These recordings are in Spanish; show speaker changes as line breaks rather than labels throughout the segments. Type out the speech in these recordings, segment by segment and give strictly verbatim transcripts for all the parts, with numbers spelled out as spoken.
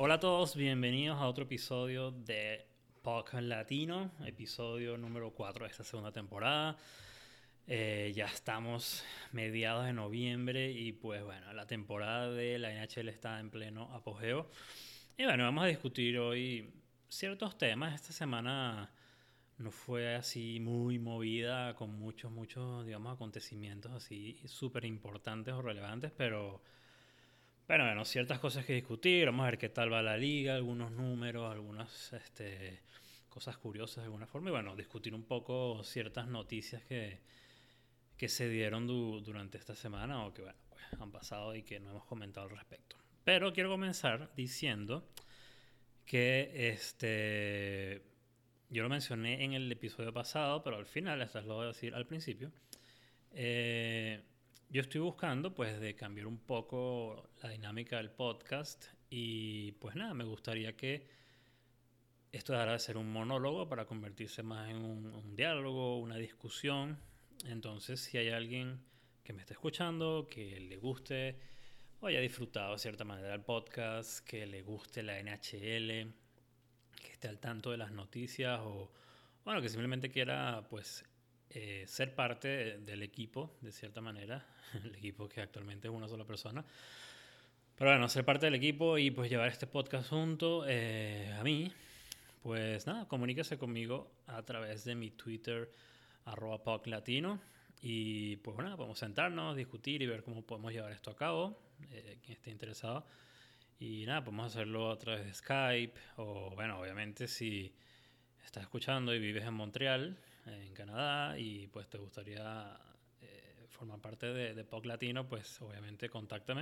Hola a todos, bienvenidos a otro episodio de Podcast Latino, episodio número cuatro de esta segunda temporada. Eh, ya estamos mediados de noviembre y pues bueno, la temporada de la N H L está en pleno apogeo. Y bueno, vamos a discutir hoy ciertos temas. Esta semana no fue así muy movida con muchos, muchos, digamos, acontecimientos así súper importantes o relevantes, pero... Bueno, bueno, ciertas cosas que discutir, vamos a ver qué tal va la liga, algunos números, algunas este, cosas curiosas de alguna forma y bueno, discutir un poco ciertas noticias que, que se dieron du- durante esta semana o que bueno, pues, han pasado y que no hemos comentado al respecto. Pero quiero comenzar diciendo que este, yo lo mencioné en el episodio pasado, pero al final, esto lo voy a decir al principio. Eh, yo estoy buscando pues de cambiar un poco la dinámica del podcast y pues nada, me gustaría que esto dejara de ser un monólogo para convertirse más en un, un diálogo, una discusión. Entonces, si hay alguien que me esté escuchando, que le guste o haya disfrutado de cierta manera el podcast, que le guste la N H L, que esté al tanto de las noticias o bueno, que simplemente quiera pues eh, ser parte del equipo de cierta manera, el equipo que actualmente es una sola persona, pero bueno, ser parte del equipo y pues llevar este podcast junto eh, a mí, pues nada, comuníquese conmigo a través de mi Twitter arroba PocLatino y pues bueno, podemos sentarnos, discutir y ver cómo podemos llevar esto a cabo, eh, quien esté interesado. Y nada, podemos hacerlo a través de Skype o bueno, obviamente si estás escuchando y vives en Montreal, en Canadá, y pues te gustaría eh, formar parte de, de P O C Latino, pues obviamente contáctame.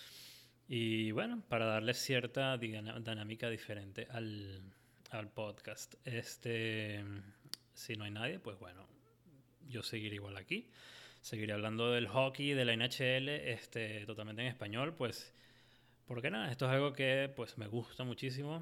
Y bueno, para darle cierta dinámica diferente al, al podcast. Este, si no hay nadie, pues bueno, yo seguiré igual aquí. Seguiré hablando del hockey, de la N H L, este, totalmente en español, pues porque nada, esto es algo que pues me gusta muchísimo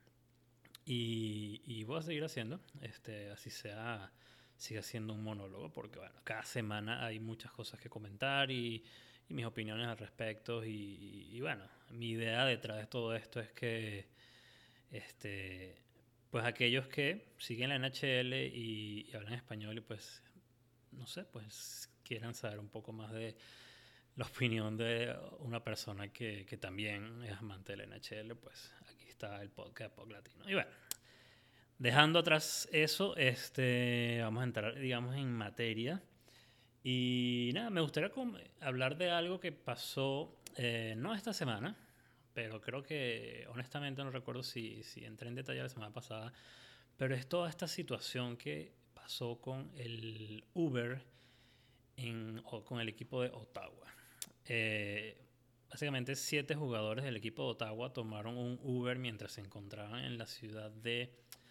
y, y voy a seguir haciendo, este, así sea, siga siendo un monólogo, porque bueno, cada semana hay muchas cosas que comentar y, y mis opiniones al respecto y, y, bueno, mi idea detrás de todo esto es que este, pues aquellos que siguen la N H L y, y hablan español y pues, no sé, pues quieran saber un poco más de la opinión de una persona que, que también es amante de la N H L, pues aquí está el podcast P O C Latino. Y bueno, dejando atrás eso, este, vamos a entrar, digamos, en materia. Y nada, me gustaría hablar de algo que pasó, eh, no esta semana, pero creo que honestamente no recuerdo si, si entré en detalle la semana pasada, pero es toda esta situación que pasó con el Uber en, o con el equipo de Ottawa. Eh, básicamente siete jugadores del equipo de Ottawa tomaron un Uber mientras se encontraban en la ciudad de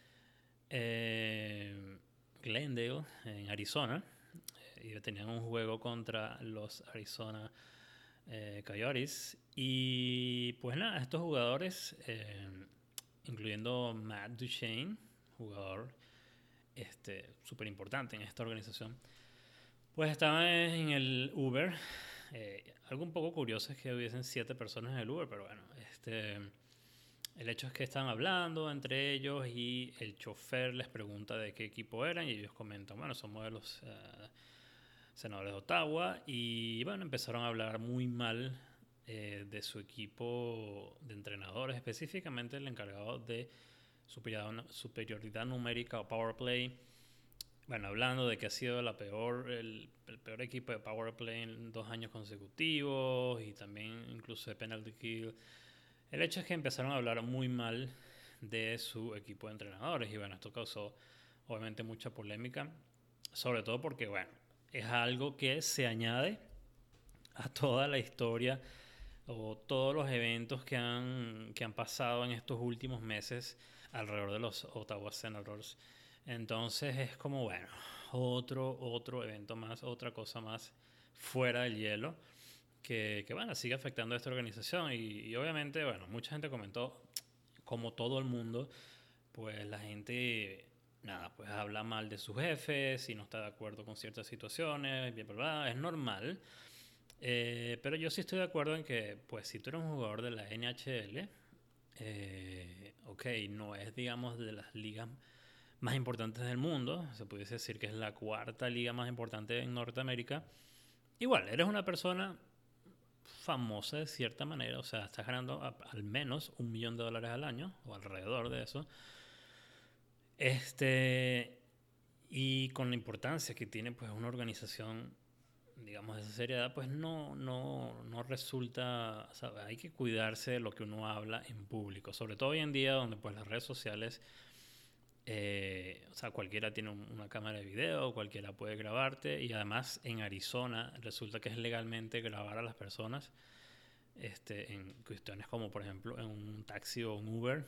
eh, Glendale, en Arizona, y tenían un juego contra los Arizona eh, Coyotes. Y pues nada, estos jugadores, eh, incluyendo Matt Duchene, jugador este, súper importante en esta organización, pues estaban en el Uber. Eh, algo un poco curioso es que hubiesen siete personas en el Uber, pero bueno, este, el hecho es que estaban hablando entre ellos y el chofer les pregunta de qué equipo eran y ellos comentan, bueno, somos de los uh, senadores de Ottawa y bueno, empezaron a hablar muy mal eh, de su equipo de entrenadores, específicamente el encargado de superioridad, superioridad numérica o power play. Bueno, hablando de que ha sido la peor, el, el peor equipo de power play en dos años consecutivos y también incluso de penalty kill. El hecho es que empezaron a hablar muy mal de su equipo de entrenadores y bueno, esto causó obviamente mucha polémica, sobre todo porque bueno, es algo que se añade a toda la historia o todos los eventos que han, que han pasado en estos últimos meses alrededor de los Ottawa Senators. Entonces es como, bueno, otro, otro evento más, otra cosa más fuera del hielo que, que bueno, sigue afectando a esta organización. Y, y obviamente, bueno, mucha gente comentó, como todo el mundo, pues la gente, nada, pues habla mal de sus jefes y no está de acuerdo con ciertas situaciones, bla, bla, bla, es normal. Eh, pero yo sí estoy de acuerdo en que, pues, si tú eres un jugador de la N H L, Eh, ok, no es, digamos, de las ligas más importantes del mundo. Se pudiese decir que es la cuarta liga más importante en Norteamérica. Igual, eres una persona famosa de cierta manera. O sea, estás ganando a- al menos un millón de dólares al año, o alrededor de eso. Este, y con la importancia que tiene pues una organización, digamos, de esa seriedad, pues no, no, no resulta, o sea, hay que cuidarse de lo que uno habla en público, sobre todo hoy en día donde pues las redes sociales, eh, o sea, cualquiera tiene un- una cámara de video, cualquiera puede grabarte, y además en Arizona resulta que es legalmente grabar a las personas, este, en cuestiones como por ejemplo en un taxi o un Uber.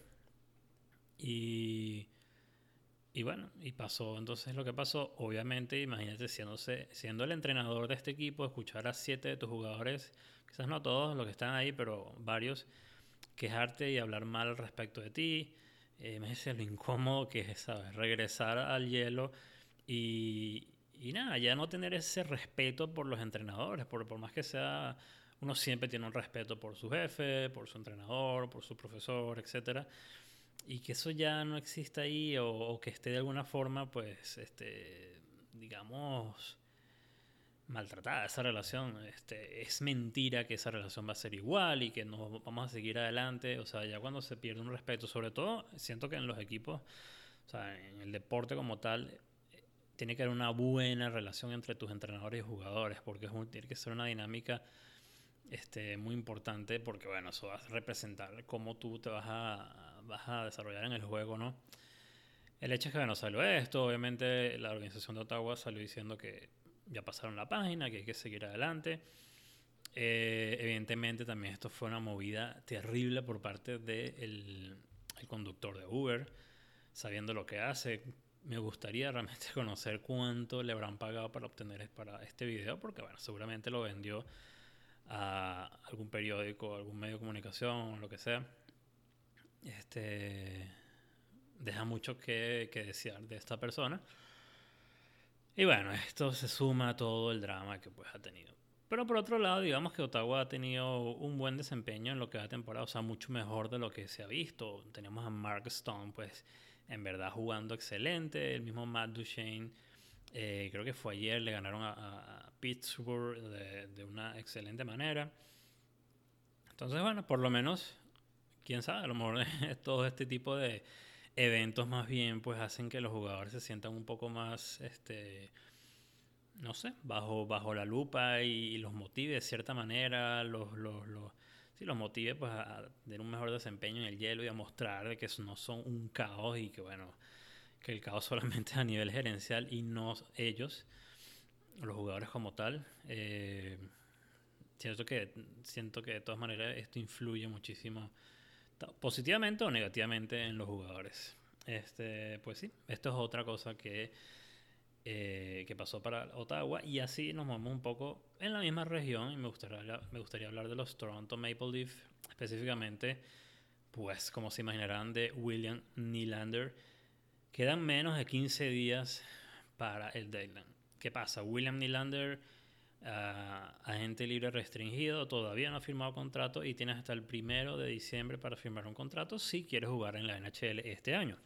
Y Y bueno, y pasó entonces lo que pasó. Obviamente, imagínate siéndose, siendo el entrenador de este equipo, escuchar a siete de tus jugadores, quizás no todos los que están ahí, pero varios, quejarte y hablar mal al respecto de ti. Eh, imagínate lo incómodo que es, ¿sabes? Regresar al hielo y, y nada, ya no tener ese respeto por los entrenadores, por, por más que sea, uno siempre tiene un respeto por su jefe, por su entrenador, por su profesor, etcétera, y que eso ya no exista ahí, o, o que esté de alguna forma, pues, este, digamos, maltratada esa relación. Este, es mentira que esa relación va a ser igual y que no vamos a seguir adelante. O sea, ya cuando se pierde un respeto, sobre todo, siento que en los equipos, o sea, en el deporte como tal, tiene que haber una buena relación entre tus entrenadores y jugadores, porque es un, tiene que ser una dinámica este, muy importante, porque bueno, eso va a representar cómo tú te vas a, vas a desarrollar en el juego, ¿no? El hecho es que, bueno, salió esto, obviamente la organización de Ottawa salió diciendo que ya pasaron la página, que hay que seguir adelante. Eh, evidentemente también esto fue una movida terrible por parte del el conductor de Uber, sabiendo lo que hace. Me gustaría realmente conocer cuánto le habrán pagado para obtener para este video, porque bueno, seguramente lo vendió a algún periódico, algún medio de comunicación, lo que sea. Este deja mucho que, que desear de esta persona. Y bueno, esto se suma a todo el drama que pues ha tenido. Pero por otro lado, digamos que Ottawa ha tenido un buen desempeño en lo que va temporada, o sea, mucho mejor de lo que se ha visto. Tenemos a Mark Stone, pues, en verdad jugando excelente. El mismo Matt Duchene, eh, creo que fue ayer, le ganaron a, a Pittsburgh de, de una excelente manera. Entonces, bueno, por lo menos, quién sabe, a lo mejor todo este tipo de eventos más bien pues hacen que los jugadores se sientan un poco más, este, no sé, bajo, bajo la lupa y, y los motive de cierta manera, los, los, los, sí, los motive pues a tener un mejor desempeño en el hielo y a mostrar de que no son un caos y que bueno, que el caos solamente es a nivel gerencial y no ellos, los jugadores como tal. Eh, siento que, siento que de todas maneras esto influye muchísimo positivamente o negativamente en los jugadores. Este, pues sí, esto es otra cosa que, eh, que pasó para Ottawa y así nos movemos un poco en la misma región y me gustaría, me gustaría hablar de los Toronto Maple Leafs específicamente, pues como se imaginarán de William Nylander. Quedan menos de quince días para el deadline. ¿Qué pasa? William Nylander, uh, agente libre restringido, todavía no ha firmado contrato y tienes hasta el primero de diciembre para firmar un contrato si quieres jugar en la N H L este año.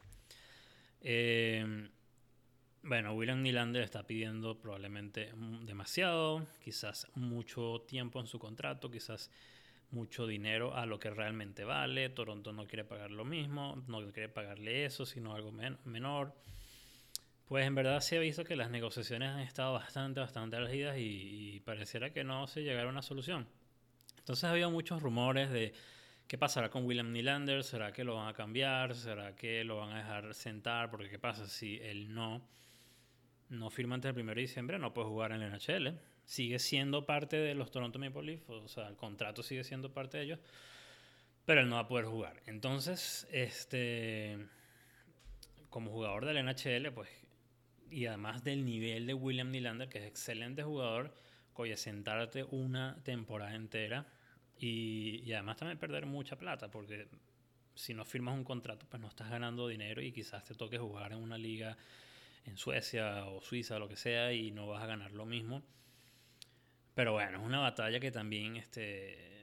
Eh, bueno, William Nylander está pidiendo probablemente demasiado, quizás mucho tiempo en su contrato, quizás mucho dinero a lo que realmente vale. Toronto no quiere pagar lo mismo, no quiere pagarle eso, sino algo men menor. Pues en verdad se ha visto que las negociaciones han estado bastante, bastante álgidas y, y pareciera que no se llegará a una solución. Entonces ha habido muchos rumores de qué pasará con William Nylander, será que lo van a cambiar, será que lo van a dejar sentar, porque qué pasa si él no, no firma antes del primero de diciembre, no puede jugar en la N H L. Sigue siendo parte de los Toronto Maple Leafs, o sea, el contrato sigue siendo parte de ellos, pero él no va a poder jugar. Entonces, este, como jugador de la N H L, pues, y además del nivel de William Nylander, que es excelente jugador, oye, sentarte una temporada entera y, y además también perder mucha plata, porque si no firmas un contrato, pues no estás ganando dinero y quizás te toque jugar en una liga en Suecia o Suiza, o lo que sea, y no vas a ganar lo mismo. Pero bueno, es una batalla que también este,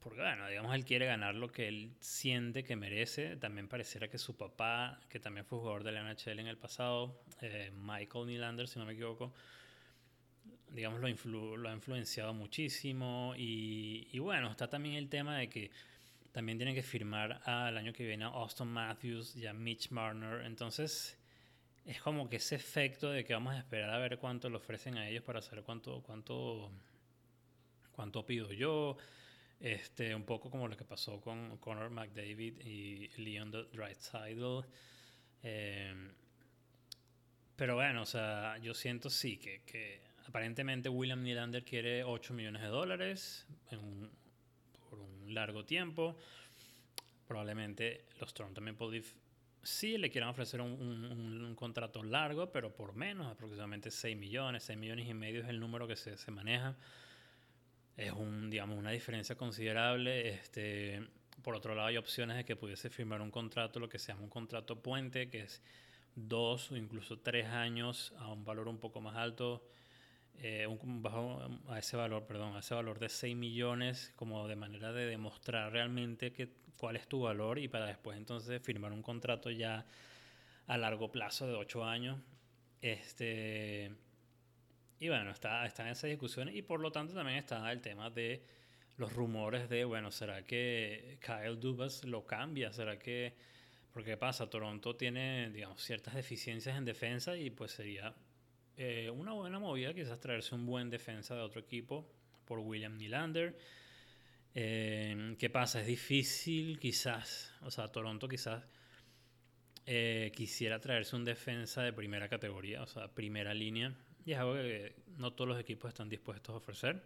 porque bueno, digamos, él quiere ganar lo que él siente que merece. También pareciera que su papá, que también fue jugador de la N H L en el pasado, eh, Michael Nylander, si no me equivoco, digamos, lo, influ lo ha influenciado muchísimo. Y, y bueno, está también el tema de que también tienen que firmar al año que viene a Auston Matthews y a Mitch Marner. Entonces, es como que ese efecto de que vamos a esperar a ver cuánto le ofrecen a ellos para saber cuánto, cuánto, cuánto pido yo. Este, un poco como lo que pasó con Connor McDavid y Leon Draisaitl. Eh, pero bueno, o sea, yo siento sí que, que aparentemente William Nylander quiere ocho millones de dólares en un, por un largo tiempo. Probablemente los Toronto Maple Leafs sí le quieran ofrecer un, un, un contrato largo, pero por menos, aproximadamente seis millones, seis millones y medio es el número que se, se maneja. Es un, digamos, una diferencia considerable. Este, por otro lado, hay opciones de que pudiese firmar un contrato, lo que se llama un contrato puente, que es dos o incluso tres años a un valor un poco más alto, eh, un, bajo a ese valor, perdón, a ese valor de seis millones, como de manera de demostrar realmente que, cuál es tu valor, y para después entonces firmar un contrato ya a largo plazo de ocho años. Este, y bueno, está, están esas discusiones, y por lo tanto también está el tema de los rumores de, bueno, ¿será que Kyle Dubas lo cambia? ¿Será que...? Porque ¿qué pasa? Toronto tiene, digamos, ciertas deficiencias en defensa, y pues sería eh, una buena movida quizás traerse un buen defensa de otro equipo por William Nylander. Eh, ¿Qué pasa? Es difícil quizás, o sea, Toronto quizás eh, quisiera traerse un defensa de primera categoría, o sea, primera línea, y es algo que no todos los equipos están dispuestos a ofrecer.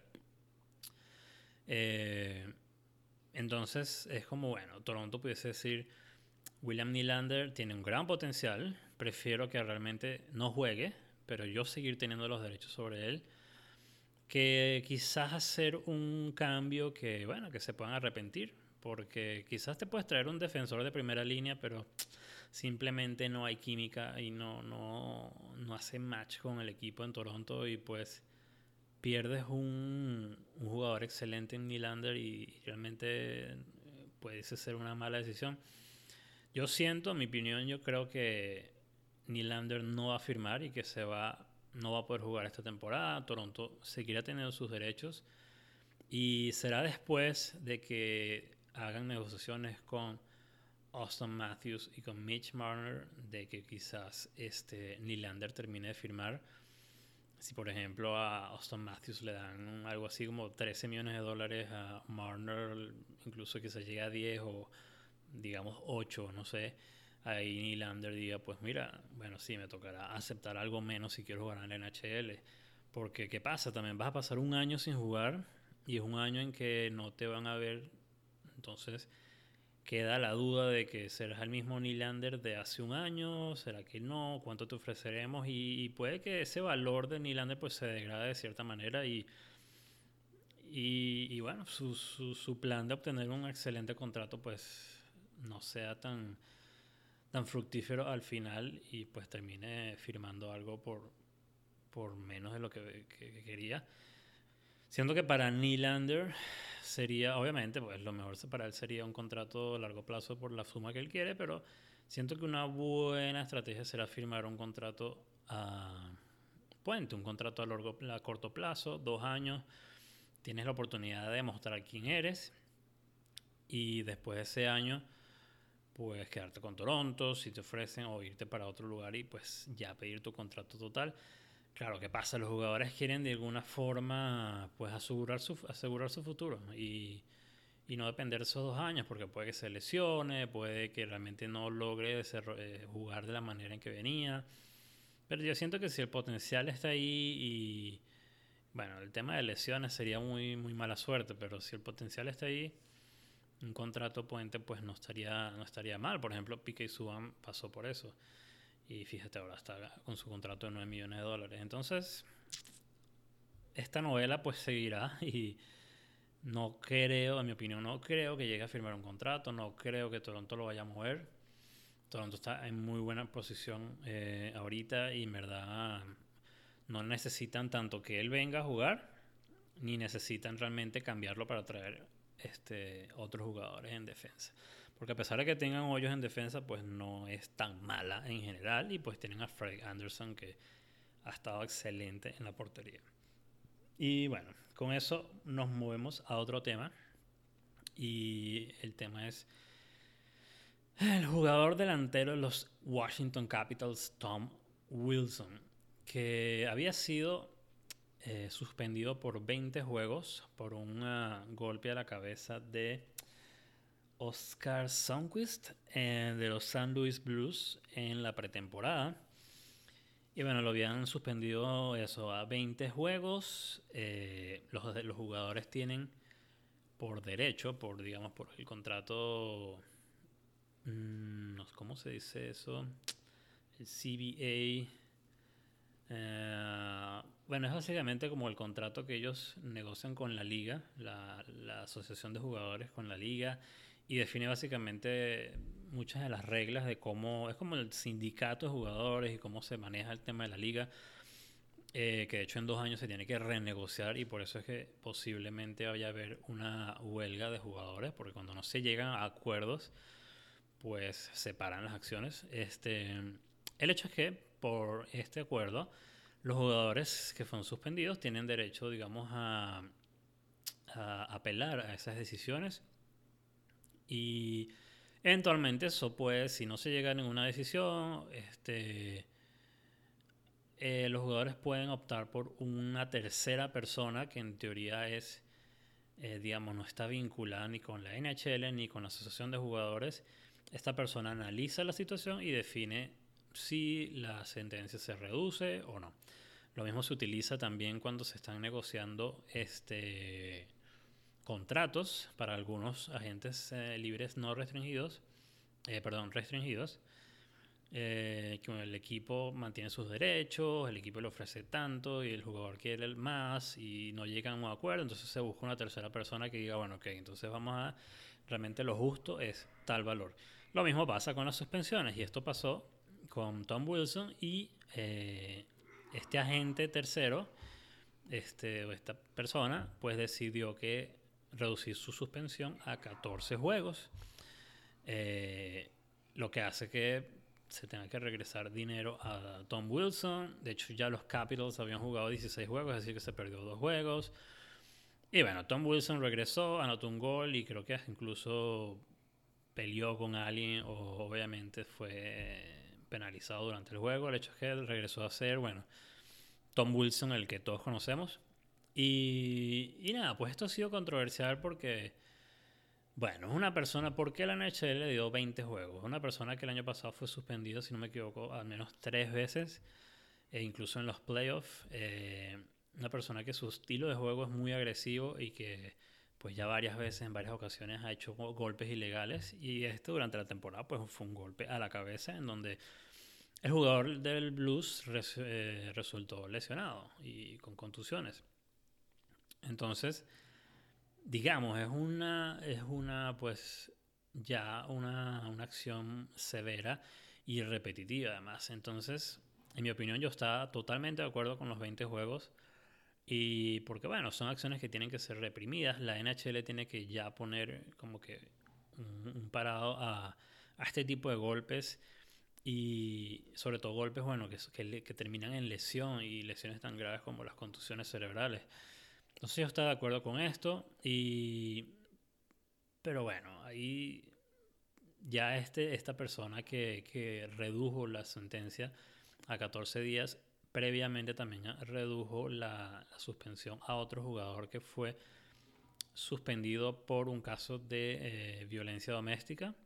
Eh, entonces es como, bueno, Toronto pudiese decir, William Nylander tiene un gran potencial, prefiero que realmente no juegue, pero yo seguir teniendo los derechos sobre él, que quizás hacer un cambio que, bueno, que se puedan arrepentir, porque quizás te puedes traer un defensor de primera línea, pero simplemente no hay química y no, no, no hace match con el equipo en Toronto, y pues pierdes un, un jugador excelente en Nylander, y realmente puede ser una mala decisión. Yo siento, en mi opinión, yo creo que Nylander no va a firmar y que se va, no va a poder jugar esta temporada. Toronto seguirá teniendo sus derechos, y será después de que hagan negociaciones con Auston Matthews y con Mitch Marner de que quizás este Nylander termine de firmar. Si por ejemplo a Auston Matthews le dan algo así como trece millones de dólares, a Marner incluso quizás llegue a diez o digamos ocho, no sé, ahí Nylander diga, pues mira, bueno, sí, me tocará aceptar algo menos si quiero jugar en la N H L. Porque ¿qué pasa? También vas a pasar un año sin jugar, y es un año en que no te van a ver. Entonces queda la duda de que serás el mismo Nylander de hace un año, será que no, cuánto te ofreceremos, y, y puede que ese valor de Nylander pues se degrade de cierta manera, y, y, y bueno, su, su, su plan de obtener un excelente contrato pues no sea tan, tan fructífero al final, y pues termine firmando algo por, por menos de lo que, que, que quería. Siento que para Nylander sería, obviamente, pues lo mejor para él sería un contrato a largo plazo por la suma que él quiere, pero siento que una buena estrategia será firmar un contrato a puente, un contrato a, largo, a corto plazo, dos años. Tienes la oportunidad de demostrar quién eres, y después de ese año puedes quedarte con Toronto si te ofrecen, o irte para otro lugar y pues ya pedir tu contrato total. Claro, ¿qué pasa? Los jugadores quieren de alguna forma pues asegurar su, asegurar su futuro, y, y no depender de esos dos años, porque puede que se lesione, puede que realmente no logre ser, eh, jugar de la manera en que venía. Pero yo siento que si el potencial está ahí, y bueno, el tema de lesiones sería muy, muy mala suerte, pero si el potencial está ahí, un contrato puente pues no estaría, no estaría mal. Por ejemplo, Piqué Subban pasó por eso. Y fíjate, ahora está con su contrato de nueve millones de dólares. Entonces, esta novela pues seguirá, y no creo, en mi opinión, no creo que llegue a firmar un contrato. No creo que Toronto lo vaya a mover. Toronto está en muy buena posición eh, ahorita, y en verdad no necesitan tanto que él venga a jugar, ni necesitan realmente cambiarlo para traer este, otros jugadores en defensa. Porque a pesar de que tengan hoyos en defensa, pues no es tan mala en general. Y pues tienen a Fred Anderson, que ha estado excelente en la portería. Y bueno, con eso nos movemos a otro tema. Y el tema es el jugador delantero de los Washington Capitals, Tom Wilson, que había sido eh, suspendido por veinte juegos por un uh, golpe a la cabeza de Oscar Sundqvist eh, de los Saint Louis Blues en la pretemporada. Y bueno, lo habían suspendido eso a veinte juegos. Eh, los, los jugadores tienen por derecho, por digamos, por el contrato, mmm, ¿cómo se dice eso? El C B A. Eh, bueno, es básicamente como el contrato que ellos negocian con la liga, la, la asociación de jugadores con la liga, y define básicamente muchas de las reglas de cómo, es como el sindicato de jugadores y cómo se maneja el tema de la liga, eh, que de hecho en dos años se tiene que renegociar, y por eso es que posiblemente vaya a haber una huelga de jugadores, porque cuando no se llegan a acuerdos, pues se paran las acciones. Este, el hecho es que por este acuerdo, los jugadores que fueron suspendidos tienen derecho, digamos, a, a apelar a esas decisiones, y eventualmente eso puede, si no se llega a ninguna decisión, este, eh, los jugadores pueden optar por una tercera persona que en teoría es, eh, digamos, no está vinculada ni con la N H L ni con la asociación de jugadores. Esta persona analiza la situación y define si la sentencia se reduce o no. Lo mismo se utiliza también cuando se están negociando este, contratos para algunos agentes eh, libres no restringidos, eh, perdón, restringidos, eh, que el equipo mantiene sus derechos, el equipo le ofrece tanto y el jugador quiere el más y no llegan a un acuerdo, entonces se busca una tercera persona que diga, bueno, ok, entonces vamos a, realmente lo justo es tal valor. Lo mismo pasa con las suspensiones, y esto pasó con Tom Wilson y eh, este agente tercero, este, o esta persona, pues decidió que reducir su suspensión a catorce juegos, eh, lo que hace que se tenga que regresar dinero a Tom Wilson. De hecho, ya los Capitals habían jugado dieciséis juegos, es decir, que se perdió dos juegos. Y bueno, Tom Wilson regresó, anotó un gol y creo que incluso peleó con alguien, o obviamente fue penalizado durante el juego. El hecho es que él regresó a ser, bueno, Tom Wilson, el que todos conocemos. Y, y nada, pues esto ha sido controversial porque, bueno, es una persona, ¿por qué la N H L le dio veinte juegos? Una persona que el año pasado fue suspendido, si no me equivoco, al menos tres veces, e incluso en los playoffs. Eh, una persona que su estilo de juego es muy agresivo y que pues ya varias veces, en varias ocasiones, ha hecho golpes ilegales, y este durante la temporada pues fue un golpe a la cabeza en donde el jugador del Blues res, eh, resultó lesionado y con contusiones. Entonces, digamos, es una, es una pues ya una, una acción severa y repetitiva además. Entonces, en mi opinión, yo estaba totalmente de acuerdo con los veinte juegos. Y porque, bueno, son acciones que tienen que ser reprimidas. La N H L tiene que ya poner como que un, un parado a, a este tipo de golpes. Y sobre todo golpes, bueno, que, que, que terminan en lesión, y lesiones tan graves como las contusiones cerebrales. Entonces yo estaba de acuerdo con esto. Y pero bueno, ahí ya este, esta persona que, que redujo la sentencia a catorce días, previamente también redujo la, la suspensión a otro jugador que fue suspendido por un caso de eh, violencia doméstica.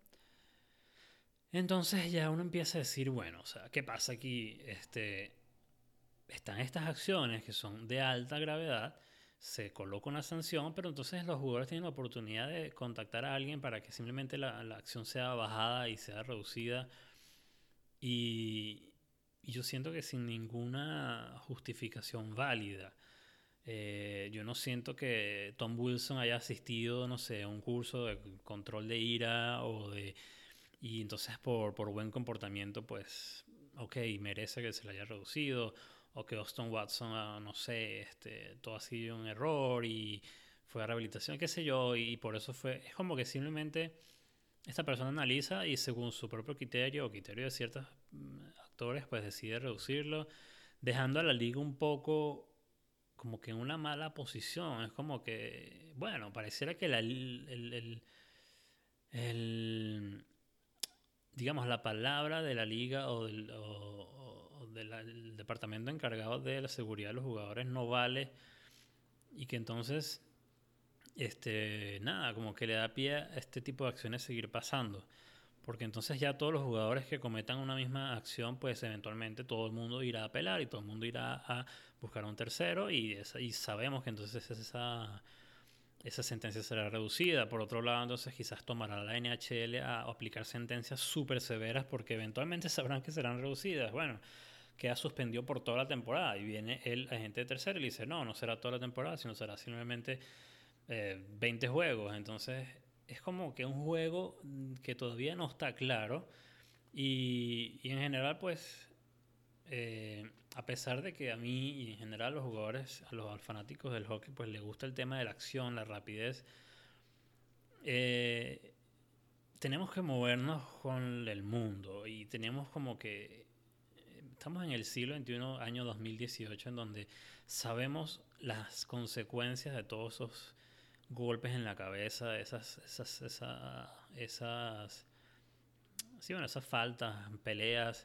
Entonces ya uno empieza a decir, bueno, o sea, ¿qué pasa aquí? Este, están estas acciones que son de alta gravedad, se coloca una sanción, pero entonces los jugadores tienen la oportunidad de contactar a alguien para que simplemente la, la acción sea bajada y sea reducida. Y, y yo siento que sin ninguna justificación válida. Eh, yo no siento que Tom Wilson haya asistido, no sé, a un curso de control de ira o de... Y entonces por, por buen comportamiento, pues, ok, merece que se le haya reducido. O que Austin Watson, uh, no sé, este, todo ha sido un error y fue a rehabilitación, qué sé yo, y por eso fue, es como que simplemente esta persona analiza y según su propio criterio o criterio de ciertos mm, actores, pues decide reducirlo, dejando a la liga un poco como que en una mala posición. Es como que, bueno, pareciera que la, el, el, el, digamos, la palabra de la liga o del, o, o de la, del departamento encargado de la seguridad de los jugadores no vale y que entonces, este, nada, como que le da pie a este tipo de acciones seguir pasando. Porque entonces ya todos los jugadores que cometan una misma acción, pues eventualmente todo el mundo irá a apelar y todo el mundo irá a buscar a un tercero y, esa, y sabemos que entonces esa, esa sentencia será reducida. Por otro lado, entonces quizás tomará la N H L a, a aplicar sentencias súper severas porque eventualmente sabrán que serán reducidas. Bueno, queda suspendido por toda la temporada y viene el agente de tercero y le dice, no, no será toda la temporada, sino será simplemente eh, veinte juegos. Entonces es como que un juego que todavía no está claro y, y en general pues eh, a pesar de que a mí y en general a los jugadores, a los fanáticos del hockey pues les gusta el tema de la acción, la rapidez, eh, tenemos que movernos con el mundo y tenemos como que estamos en el siglo veintiuno, año dos mil dieciocho, en donde sabemos las consecuencias de todos esos golpes en la cabeza, esas, esas, esas, esas, sí, bueno, esas faltas, peleas,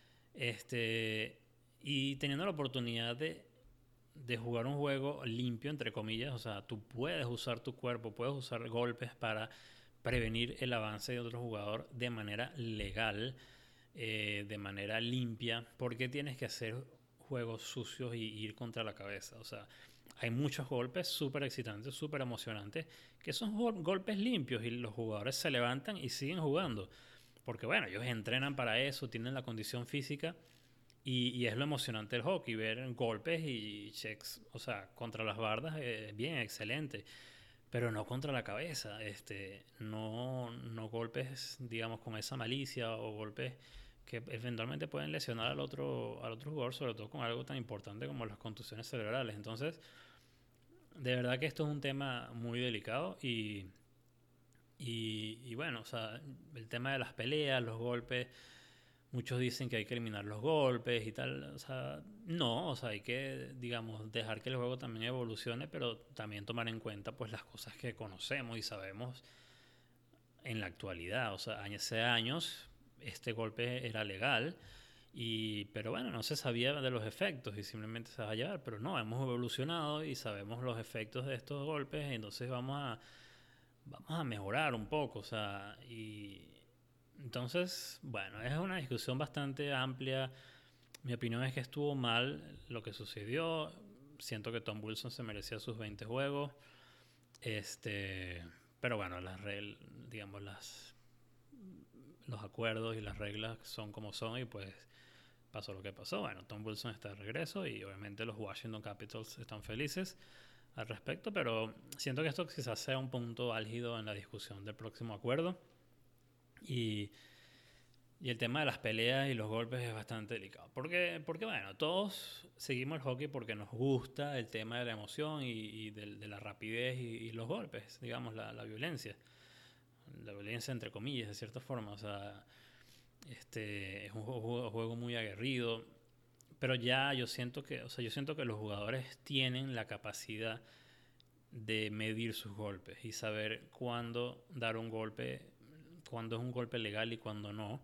este, y teniendo la oportunidad de, de jugar un juego limpio, entre comillas, o sea, tú puedes usar tu cuerpo, puedes usar golpes para prevenir el avance de otro jugador de manera legal, eh, de manera limpia. ¿Por qué tienes que hacer juegos sucios y ir contra la cabeza? O sea, hay muchos golpes súper excitantes, súper emocionantes, que son golpes limpios y los jugadores se levantan y siguen jugando. Porque bueno, ellos entrenan para eso, tienen la condición física y, y es lo emocionante del hockey, ver golpes y checks, o sea, contra las bardas, eh, bien, excelente, pero no contra la cabeza, este, no, no golpes, digamos, con esa malicia o golpes que eventualmente pueden lesionar al otro, al otro jugador, sobre todo con algo tan importante como las contusiones cerebrales. Entonces, de verdad que esto es un tema muy delicado y, y, y bueno, o sea, el tema de las peleas, los golpes, muchos dicen que hay que eliminar los golpes y tal. O sea, no, o sea, hay que, digamos, dejar que el juego también evolucione, pero también tomar en cuenta pues las cosas que conocemos y sabemos en la actualidad. O sea, hace años este golpe era legal, y, pero bueno, no se sabía de los efectos y simplemente se va a llevar. Pero no, hemos evolucionado y sabemos los efectos de estos golpes, y entonces vamos a, vamos a mejorar un poco. O sea, y entonces, bueno, es una discusión bastante amplia. Mi opinión es que estuvo mal lo que sucedió. Siento que Tom Wilson se merecía sus veinte juegos. Este, pero bueno, las reglas, digamos, las, los acuerdos y las reglas son como son y pues pasó lo que pasó. Bueno, Tom Wilson está de regreso y obviamente los Washington Capitals están felices al respecto, pero siento que esto quizás sea un punto álgido en la discusión del próximo acuerdo. Y Y el tema de las peleas y los golpes es bastante delicado. Porque, porque bueno, todos seguimos el hockey porque nos gusta el tema de la emoción y, y de, de la rapidez y, y los golpes, digamos, la, la violencia. La violencia entre comillas, de cierta forma. O sea, este es un juego, juego muy aguerrido. Pero ya yo siento que, o sea, yo siento que los jugadores tienen la capacidad de medir sus golpes y saber cuándo dar un golpe, cuándo es un golpe legal y cuándo no.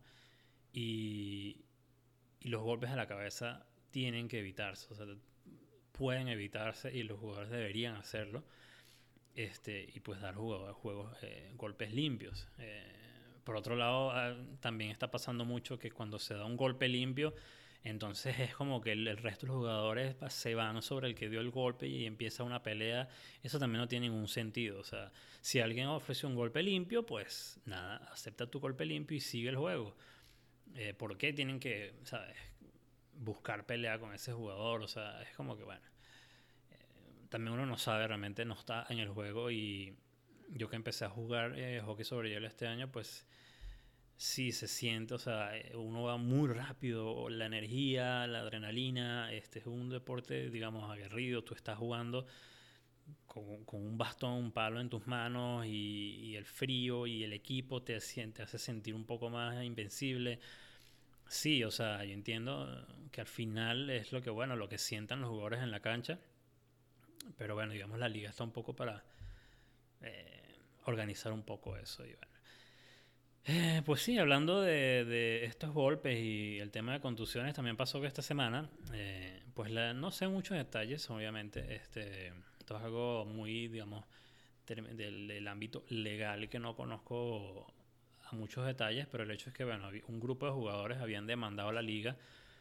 Y, y los golpes a la cabeza tienen que evitarse, o sea, pueden evitarse y los jugadores deberían hacerlo, este, y pues dar jugadores, juegos, eh, golpes limpios. Eh, por otro lado, ah, también está pasando mucho que cuando se da un golpe limpio, entonces es como que el, el resto de los jugadores se van sobre el que dio el golpe y empieza una pelea. Eso también no tiene ningún sentido. O sea, si alguien ofrece un golpe limpio, pues nada, acepta tu golpe limpio y sigue el juego. Eh, ¿Por qué tienen que, sabes, buscar pelea con ese jugador? O sea, es como que, bueno, eh, también uno no sabe, realmente no está en el juego. Y yo que empecé a jugar eh, hockey sobre hielo este año, pues sí se siente, o sea, eh, uno va muy rápido, la energía, la adrenalina. Este es un deporte, digamos, aguerrido. Tú estás jugando con, con un bastón, un palo en tus manos y, y el frío y el equipo te, te hace sentir un poco más invencible. Sí, o sea, yo entiendo que al final es lo que, bueno, lo que sientan los jugadores en la cancha, pero bueno, digamos, la liga está un poco para eh, organizar un poco eso. Y bueno. Eh, pues sí, hablando de, de estos golpes y el tema de contusiones, también pasó que esta semana, eh, pues la, no sé muchos detalles, obviamente, este, esto es algo muy, digamos, del, del ámbito legal que no conozco a muchos detalles, pero el hecho es que, bueno, un grupo de jugadores habían demandado a la liga,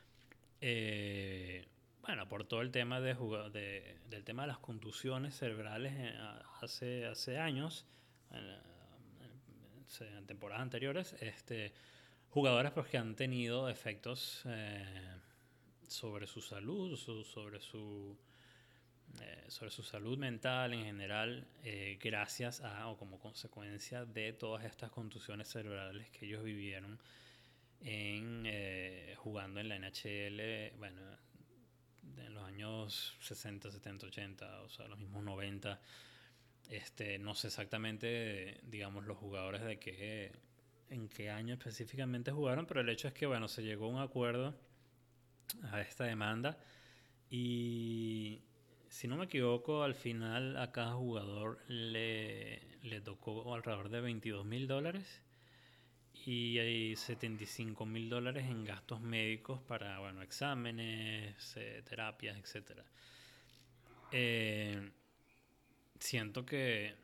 eh, bueno, por todo el tema de, de del tema de las contusiones cerebrales eh, hace, hace años, en, en temporadas anteriores, este, jugadores pues, que han tenido efectos eh, sobre su salud, su, sobre su eh, sobre su salud mental en general, eh, gracias a o como consecuencia de todas estas contusiones cerebrales que ellos vivieron en eh, jugando en la N H L, bueno, en los años sesenta, setenta, ochenta, o sea, los mismos noventa. Este, no sé exactamente, digamos, los jugadores de qué, en qué año específicamente jugaron, pero el hecho es que, bueno, se llegó a un acuerdo a esta demanda y, si no me equivoco, al final a cada jugador le, le tocó alrededor de veintidós mil dólares y hay setenta y cinco mil dólares en gastos médicos para, bueno, exámenes, eh, terapias, etcétera. Eh, siento que,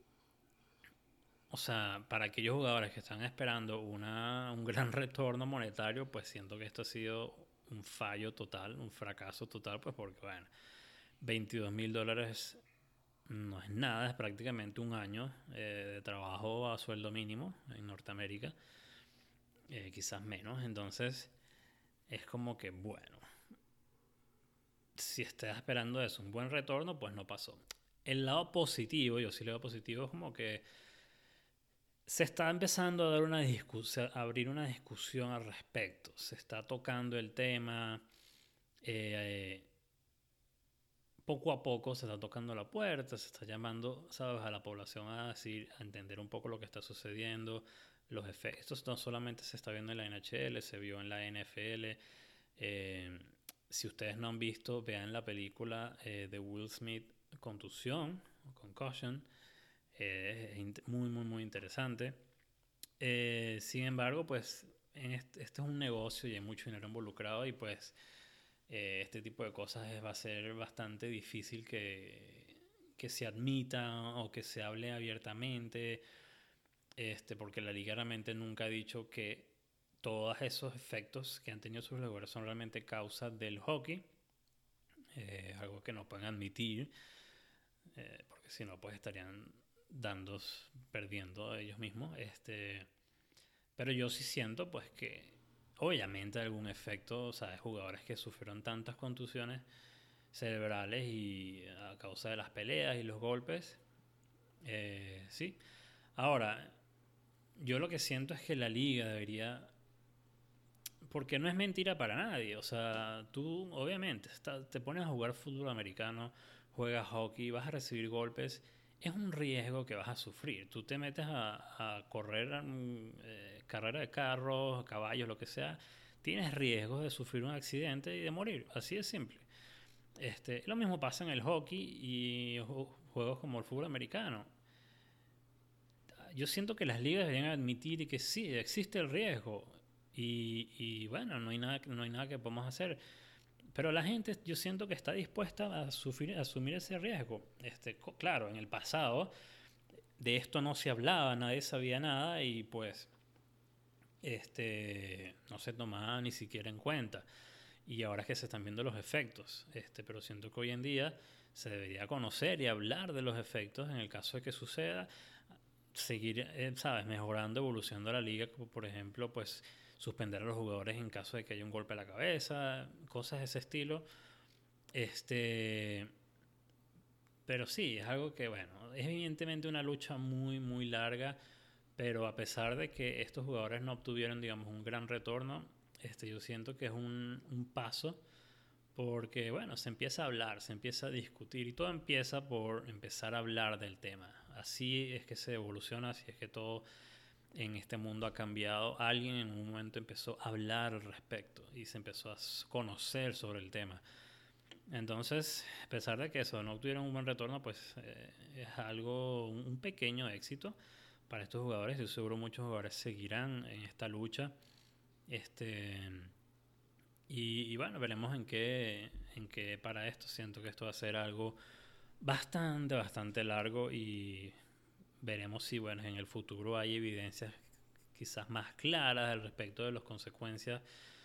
o sea, para aquellos jugadores que están esperando una, un gran retorno monetario, pues siento que esto ha sido un fallo total, un fracaso total, pues porque, bueno, veintidós mil dólares no es nada, es prácticamente un año eh, de trabajo a sueldo mínimo en Norteamérica, eh, quizás menos. Entonces, es como que, bueno, si estás esperando eso, un buen retorno, pues no pasó. El lado positivo, yo sí le veo positivo, es como que se está empezando a dar una discusión, a abrir una discusión al respecto. Se está tocando el tema. Eh, poco a poco se está tocando la puerta, se está llamando, ¿sabes?, a la población a decir, a entender un poco lo que está sucediendo, los efectos. No solamente se está viendo en la N H L, se vio en la N F L. Eh, si ustedes no han visto, vean la película eh, de Will Smith, Contusión o Concussion. Eh, es muy, muy, muy interesante. Eh, sin embargo, pues en este, este es un negocio y hay mucho dinero involucrado y pues eh, este tipo de cosas es, va a ser bastante difícil que, que se admita o que se hable abiertamente, este, porque la liga realmente nunca ha dicho que todos esos efectos que han tenido sus jugadores son realmente causa del hockey. Eh, algo que no pueden admitir, eh, porque si no, pues estarían dando, perdiendo ellos mismos. Este, pero yo sí siento, pues, que obviamente algún efecto, o sea, de jugadores que sufrieron tantas contusiones cerebrales y a causa de las peleas y los golpes, eh, sí. Ahora, yo lo que siento es que la liga debería, porque no es mentira para nadie, o sea, tú obviamente está, te pones a jugar fútbol americano, juegas hockey, vas a recibir golpes, es un riesgo que vas a sufrir. Tú te metes a, a correr eh, carrera de carros, caballos, lo que sea, tienes riesgo de sufrir un accidente y de morir, así de simple. Este, lo mismo pasa en el hockey y juegos como el fútbol americano. Yo siento que las ligas deberían admitir que sí, existe el riesgo y, y bueno, no hay, nada, no hay nada que podamos hacer. Pero la gente, yo siento que está dispuesta a, sufrir, a asumir ese riesgo. Este, claro, en el pasado de esto no se hablaba, nadie sabía nada y pues este, no se tomaba ni siquiera en cuenta. Y ahora es que se están viendo los efectos. Este, pero siento que hoy en día se debería conocer y hablar de los efectos en el caso de que suceda, seguir, eh, ¿sabes?, mejorando, evolucionando la liga, como por ejemplo, pues suspender a los jugadores en caso de que haya un golpe a la cabeza, cosas de ese estilo. Este, pero sí, es algo que, bueno, es evidentemente una lucha muy, muy larga, pero a pesar de que estos jugadores no obtuvieron, digamos, un gran retorno, este, yo siento que es un, un paso Porque, bueno, se empieza a hablar, se empieza a discutir y todo empieza por empezar a hablar del tema. Así es que se evoluciona, así es que todo en este mundo ha cambiado. Alguien en un momento empezó a hablar al respecto y se empezó a conocer sobre el tema. Entonces, a pesar de que eso no obtuvieron un buen retorno, pues eh, es algo, un pequeño éxito para estos jugadores. Yo seguro muchos jugadores seguirán en esta lucha. Este, y, y bueno, veremos en qué, en qué para esto. Siento que esto va a ser algo bastante, bastante largo y veremos si, bueno, en el futuro hay evidencias quizás más claras al respecto de las consecuencias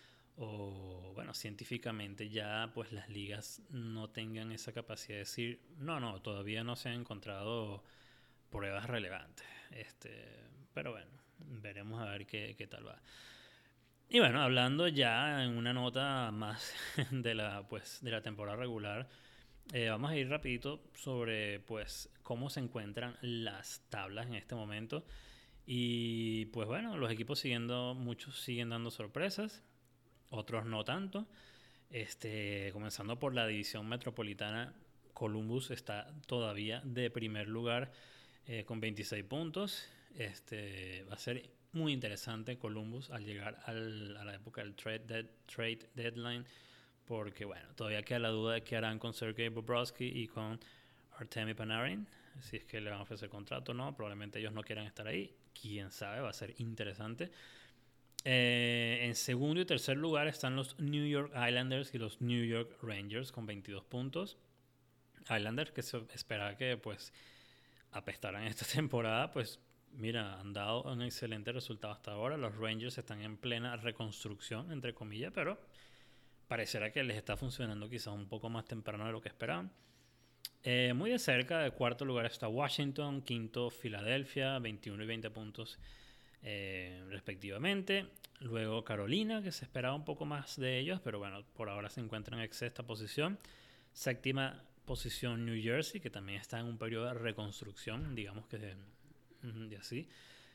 o, bueno, científicamente ya pues las ligas no tengan esa capacidad de decir, no, no, todavía no se han encontrado pruebas relevantes. Este, pero bueno, veremos a ver qué, qué tal va. Y bueno, hablando ya en una nota más de la, pues, de la temporada regular, eh, vamos a ir rapidito sobre pues cómo se encuentran las tablas en este momento. Y pues bueno, los equipos siguiendo, muchos siguen dando sorpresas, otros no tanto. Este, comenzando por la división metropolitana, Columbus está todavía de primer lugar eh, con veintiséis puntos. Este, va a ser muy interesante Columbus al llegar al, a la época del trade, dead, trade deadline, porque bueno, todavía queda la duda de qué harán con Sergei Bobrovsky y con Artemi Panarin, si es que le van a ofrecer contrato o no. Probablemente ellos no quieran estar ahí, quién sabe, va a ser interesante. Eh, en segundo y tercer lugar están los New York Islanders y los New York Rangers con veintidós puntos. Islanders, que se esperaba que pues apestaran esta temporada, pues mira, han dado un excelente resultado hasta ahora. Los Rangers están en plena reconstrucción, entre comillas, pero parecerá que les está funcionando quizás un poco más temprano de lo que esperaban. Eh, muy de cerca, de cuarto lugar está Washington, quinto Filadelfia, veintiuno y veinte puntos eh, respectivamente. Luego Carolina, que se esperaba un poco más de ellos, pero bueno, por ahora se encuentran en sexta posición. Séptima posición New Jersey, que también está en un periodo de reconstrucción, digamos que de, de así.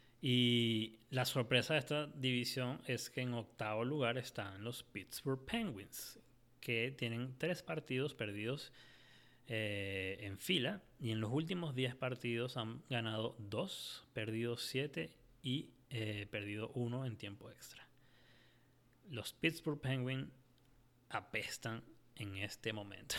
Y la sorpresa de esta división es que en octavo lugar están los Pittsburgh Penguins, que tienen tres partidos perdidos eh, en fila, y en los últimos diez partidos han ganado dos, perdido siete y eh, perdido uno en tiempo extra. Los Pittsburgh Penguins apestan en este momento.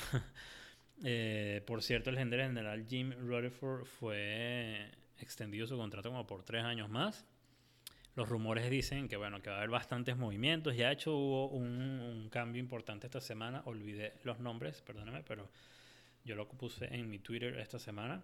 eh, por cierto, el general Jim Rutherford fue extendido su contrato como por tres años más. Los rumores dicen que, bueno, que va a haber bastantes movimientos. Ya de hecho hubo un, un cambio importante esta semana. Olvidé los nombres, perdóname, pero yo lo puse en mi Twitter esta semana.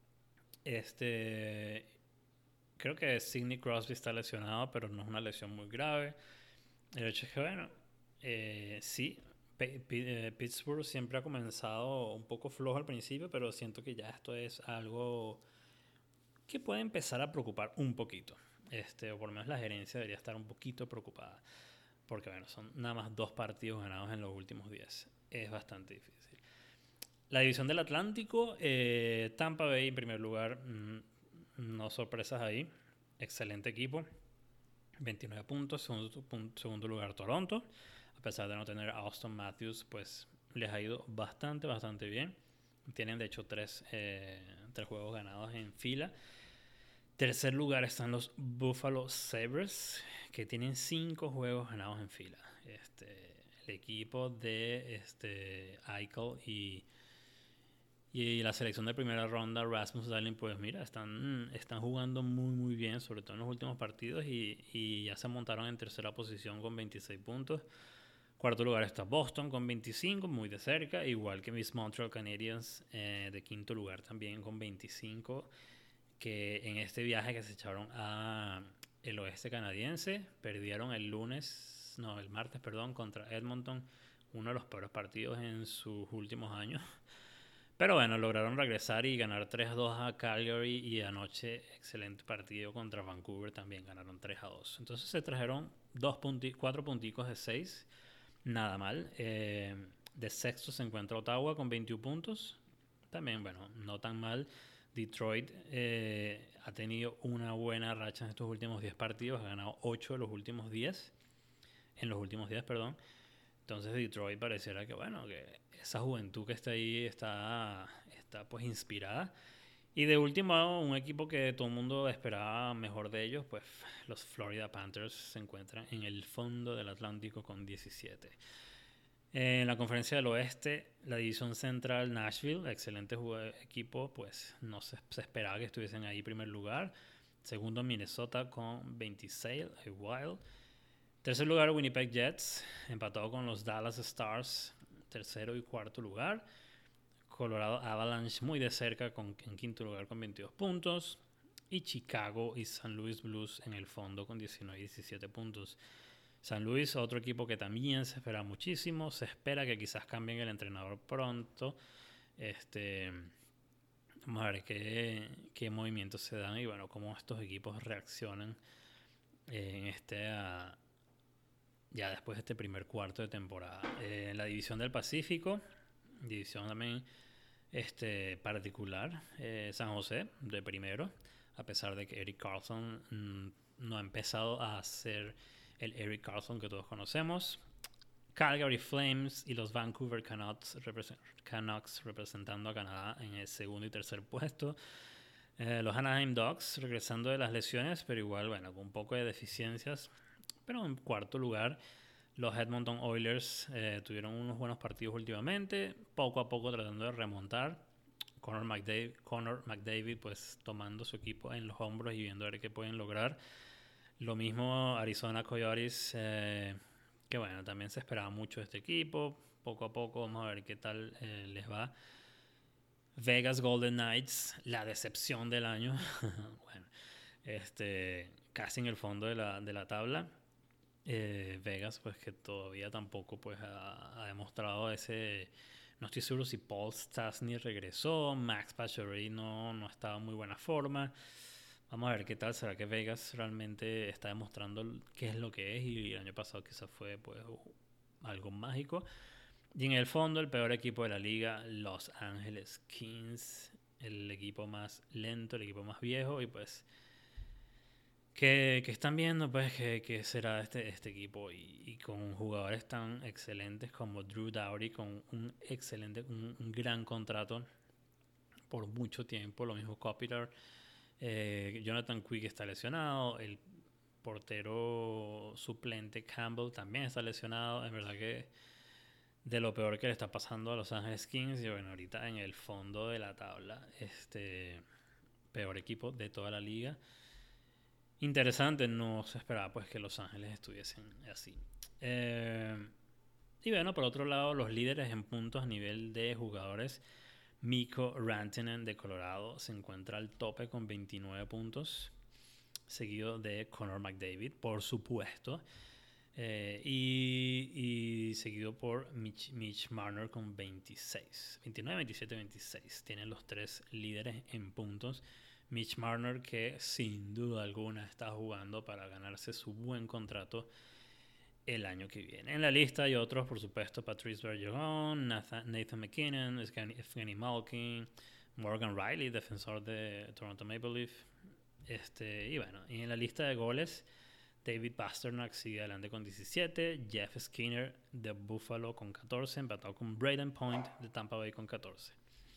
Este, creo que Sidney Crosby está lesionado, pero no es una lesión muy grave. El hecho es que, bueno, eh, sí, P- P- eh, Pittsburgh siempre ha comenzado un poco flojo al principio, pero siento que ya esto es algo que puede empezar a preocupar un poquito. Este, o por lo menos la gerencia debería estar un poquito preocupada. Porque, bueno, son nada más dos partidos ganados en los últimos diez. Es bastante difícil. La división del Atlántico, eh, Tampa Bay en primer lugar, mmm, no sorpresas ahí. Excelente equipo, veintinueve puntos. Segundo, segundo lugar Toronto, a pesar de no tener a Auston Matthews, pues les ha ido bastante, bastante bien. Tienen de hecho tres, eh, tres juegos ganados en fila. Tercer lugar están los Buffalo Sabres, que tienen cinco juegos ganados en fila. Este, el equipo de este, Eichel y Y la selección de primera ronda, Rasmus Dahlin, pues mira, están, están jugando muy muy bien, sobre todo en los últimos partidos, y, y ya se montaron en tercera posición con veintiséis puntos. Cuarto lugar está Boston con veinticinco, muy de cerca, igual que mis Montreal Canadiens eh, de quinto lugar también con veinticinco, que en este viaje que se echaron a el oeste canadiense, perdieron el lunes, no, el martes, perdón, contra Edmonton, uno de los peores partidos en sus últimos años. Pero bueno, lograron regresar y ganar tres a dos a Calgary, y anoche excelente partido contra Vancouver, también ganaron tres a dos. Entonces se trajeron dos punti cuatro punticos de seis, nada mal. Eh, de sexto se encuentra Ottawa con veintiuno puntos, también bueno, no tan mal. Detroit eh, ha tenido una buena racha en estos últimos diez partidos, ha ganado ocho de los últimos diez, en los últimos diez, perdón. Entonces Detroit pareciera que, bueno, que esa juventud que está ahí está, está pues inspirada. Y de último, un equipo que todo el mundo esperaba mejor de ellos, pues los Florida Panthers se encuentran en el fondo del Atlántico con diecisiete. En la conferencia del oeste, la división central Nashville, excelente equipo, pues no se, se esperaba que estuviesen ahí en primer lugar. Segundo Minnesota con veintiséis, Wild. Tercer lugar Winnipeg Jets, empatado con los Dallas Stars, tercero y cuarto lugar. Colorado Avalanche muy de cerca con, en quinto lugar con veintidós puntos. Y Chicago y San Luis Blues en el fondo con diecinueve y diecisiete puntos. San Luis, otro equipo que también se espera muchísimo. Se espera que quizás cambien el entrenador pronto. Este, vamos a ver qué, qué movimientos se dan y bueno, cómo estos equipos reaccionan en este, uh, ya después de este primer cuarto de temporada. Eh, en la división del Pacífico, división también este, particular, eh, San José de primero, a pesar de que Erik Karlsson mmm, no ha empezado a ser el Erik Karlsson que todos conocemos. Calgary Flames y los Vancouver Canucks, represent- Canucks representando a Canadá en el segundo y tercer puesto. Eh, los Anaheim Ducks regresando de las lesiones, pero igual, bueno, con un poco de deficiencias. Pero en cuarto lugar, los Edmonton Oilers eh, tuvieron unos buenos partidos últimamente, poco a poco tratando de remontar. Connor McDavid, Connor McDavid pues tomando su equipo en los hombros y viendo a ver qué pueden lograr. Lo mismo Arizona Coyotes, eh, que bueno, también se esperaba mucho de este equipo. Poco a poco vamos a ver qué tal eh, les va. Vegas Golden Knights, la decepción del año. Bueno, este, casi en el fondo de la, de la tabla. Eh, Vegas, pues que todavía tampoco pues ha, ha demostrado ese... No estoy seguro si Paul Stastny regresó, Max Pacioretty no, no estaba en muy buena forma. Vamos a ver qué tal. ¿Será que Vegas realmente está demostrando qué es lo que es? Y el año pasado quizás fue pues algo mágico. Y en el fondo, el peor equipo de la liga, Los Angeles Kings. El equipo más lento, el equipo más viejo. Y pues, que, que están viendo pues que, que será este, este equipo. Y, y con jugadores tan excelentes como Drew Doughty, con un excelente, un, un gran contrato por mucho tiempo. Lo mismo Kopitar. Eh, Jonathan Quick está lesionado. El portero suplente Campbell también está lesionado. Es verdad que de lo peor que le está pasando a Los Ángeles Kings. Y bueno, ahorita en el fondo de la tabla, este peor equipo de toda la liga. Interesante, no se esperaba pues que Los Ángeles estuviesen así. Eh, y bueno, por otro lado, los líderes en puntos a nivel de jugadores. Mikko Rantanen de Colorado se encuentra al tope con veintinueve puntos, seguido de Connor McDavid, por supuesto, eh, y, y seguido por Mitch, Mitch Marner con veintiséis. veintinueve, veintisiete, veintiséis. Tienen los tres líderes en puntos. Mitch Marner, que sin duda alguna está jugando para ganarse su buen contrato el año que viene. En la lista hay otros, por supuesto, Patrice Bergeron, Nathan, Nathan McKinnon, Evgeny Malkin, Morgan Riley, defensor de Toronto Maple Leaf. Este, y bueno, y en la lista de goles, David Pastrnak sigue adelante con diecisiete, Jeff Skinner de Buffalo con catorce, empatado con Brayden Point de Tampa Bay con catorce.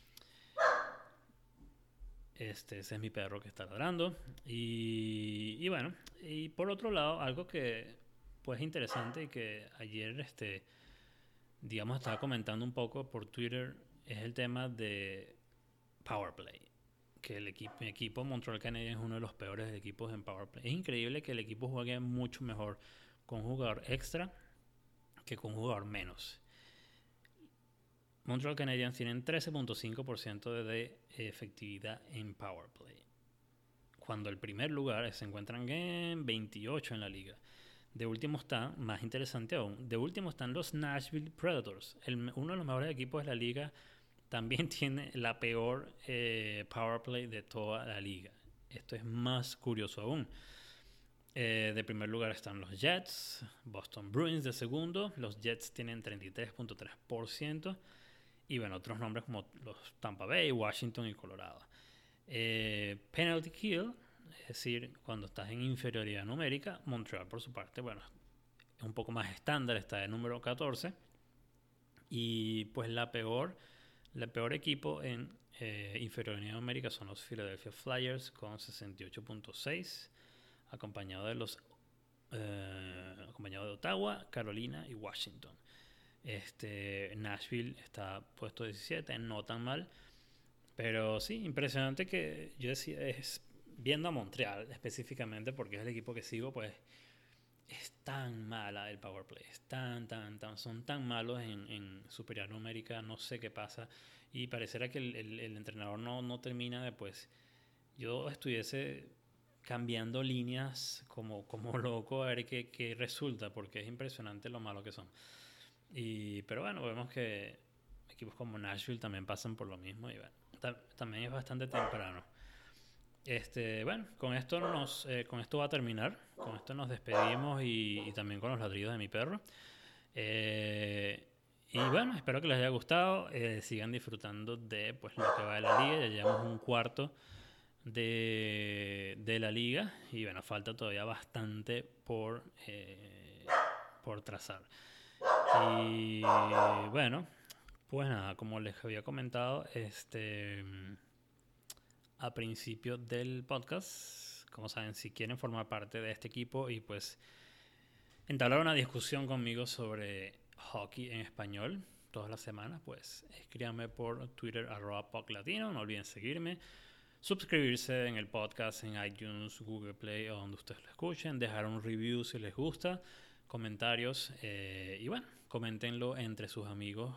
Este, ese es mi perro que está ladrando. Y, y bueno, y por otro lado, algo que pues interesante y que ayer este digamos estaba comentando un poco por Twitter es el tema de Powerplay, que el equipo, mi equipo Montreal Canadiens es uno de los peores equipos en Powerplay. Es increíble que el equipo juegue mucho mejor con jugador extra que con jugador menos. Montreal Canadiens tienen trece punto cinco por ciento de, de efectividad en Powerplay, cuando el primer lugar se encuentran en veintiocho en la liga. De último está, más interesante aún, de último están los Nashville Predators. El, uno de los mejores equipos de la liga también tiene la peor eh, power play de toda la liga. Esto es más curioso aún. Eh, de primer lugar están los Jets, Boston Bruins de segundo. Los Jets tienen treinta y tres punto tres por ciento. Y bueno, otros nombres como los Tampa Bay, Washington y Colorado. Eh, penalty kill. Es decir, cuando estás en inferioridad numérica, Montreal por su parte, bueno, es un poco más estándar, está de número catorce. Y pues la peor, la peor equipo en eh, inferioridad numérica son los Philadelphia Flyers con sesenta y ocho punto seis, acompañado de los eh, acompañado de Ottawa, Carolina y Washington. Este, Nashville está puesto diecisiete, no tan mal. Pero sí, impresionante que yo decía, es viendo a Montreal específicamente, porque es el equipo que sigo, pues es tan mala el power play, es tan, tan, tan, son tan malos en, en superioridad numérica, no sé qué pasa. Y pareciera que el, el, el entrenador no, no termina de, pues, yo estuviese cambiando líneas como, como loco a ver qué, qué resulta, porque es impresionante lo malo que son. Y, pero bueno, vemos que equipos como Nashville también pasan por lo mismo y bueno, ta- también es bastante temprano. Este, bueno, con esto nos, eh, con esto va a terminar. Con esto nos despedimos y, y también con los ladridos de mi perro. Eh, y bueno, espero que les haya gustado. Eh, sigan disfrutando de pues lo que va de la liga. Ya llevamos un cuarto de, de la liga y bueno, falta todavía bastante por, eh, por trazar. Y bueno, pues nada, como les había comentado, este, a principio del podcast, como saben, si quieren formar parte de este equipo y pues entablar una discusión conmigo sobre hockey en español todas las semanas, pues escríbanme por Twitter arroba pucklatino, no olviden seguirme, suscribirse en el podcast en iTunes, Google Play o donde ustedes lo escuchen, dejar un review si les gusta, comentarios eh, y bueno, coméntenlo entre sus amigos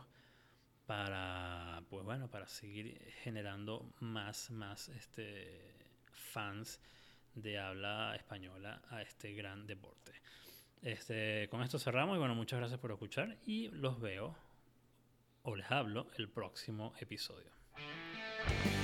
para pues bueno, para seguir generando más más este fans de habla española a este gran deporte. Este, con esto cerramos y bueno, muchas gracias por escuchar y los veo o les hablo el próximo episodio.